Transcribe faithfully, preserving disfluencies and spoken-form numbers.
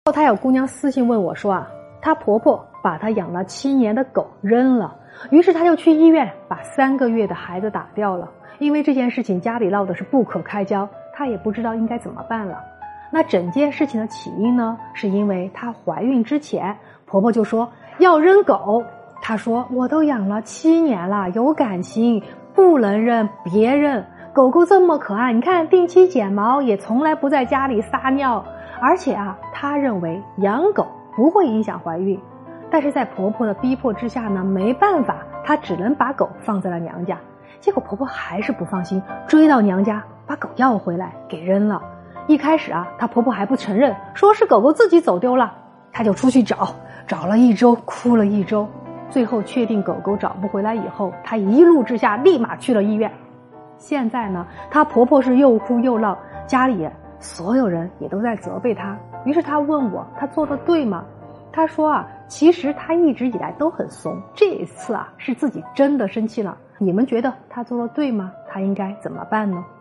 后她有姑娘私信问我说啊，她婆婆把她养了七年的狗扔了，于是她就去医院把三个月的孩子打掉了。因为这件事情家里闹的是不可开交，她也不知道应该怎么办了。那整件事情的起因呢，是因为她怀孕之前，婆婆就说要扔狗，她说我都养了七年了，有感情，不能扔，别扔。狗狗这么可爱，你看定期剪毛，也从来不在家里撒尿，而且啊，她认为养狗不会影响怀孕。但是在婆婆的逼迫之下呢，没办法，她只能把狗放在了娘家。结果婆婆还是不放心，追到娘家把狗要回来给扔了。一开始啊，她婆婆还不承认，说是狗狗自己走丢了，她就出去找，找了一周，哭了一周。最后确定狗狗找不回来以后，她一怒之下立马去了医院。现在呢，她婆婆是又哭又闹，家里所有人也都在责备她。于是她问我，她做的对吗？她说啊，其实她一直以来都很怂，这一次啊是自己真的生气了。你们觉得她做的对吗？她应该怎么办呢？